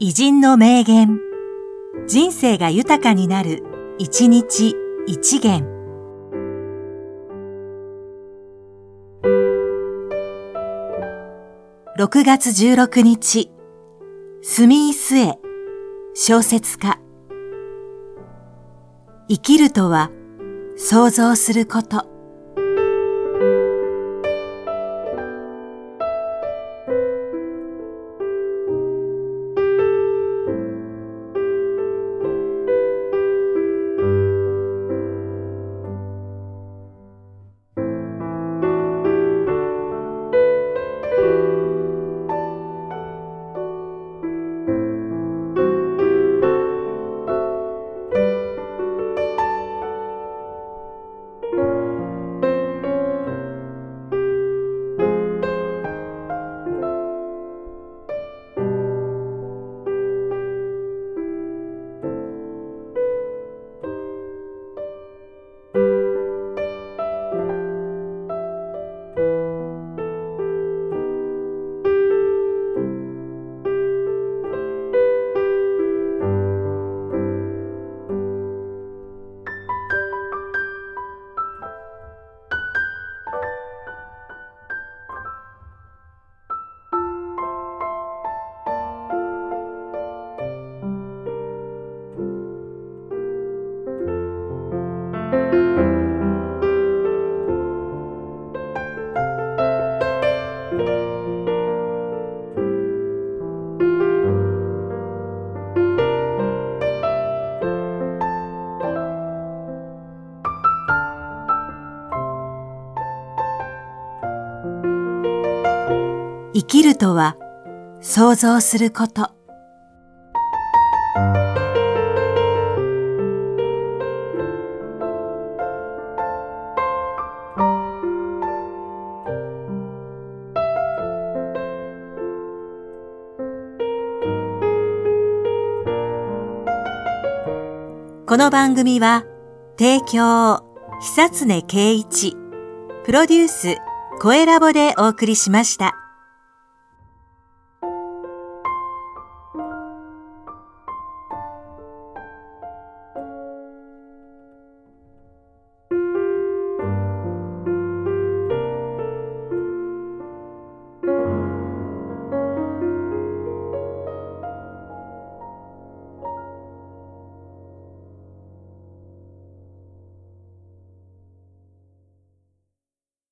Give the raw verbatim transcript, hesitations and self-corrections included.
偉人の名言、人生が豊かになる一日一元。ろくがつじゅうろくにち、住井壽衛、小説家。生きるとは想像すること。生きるとは想像すること。この番組は提供久常圭一、プロデュース声ラボでお送りしました。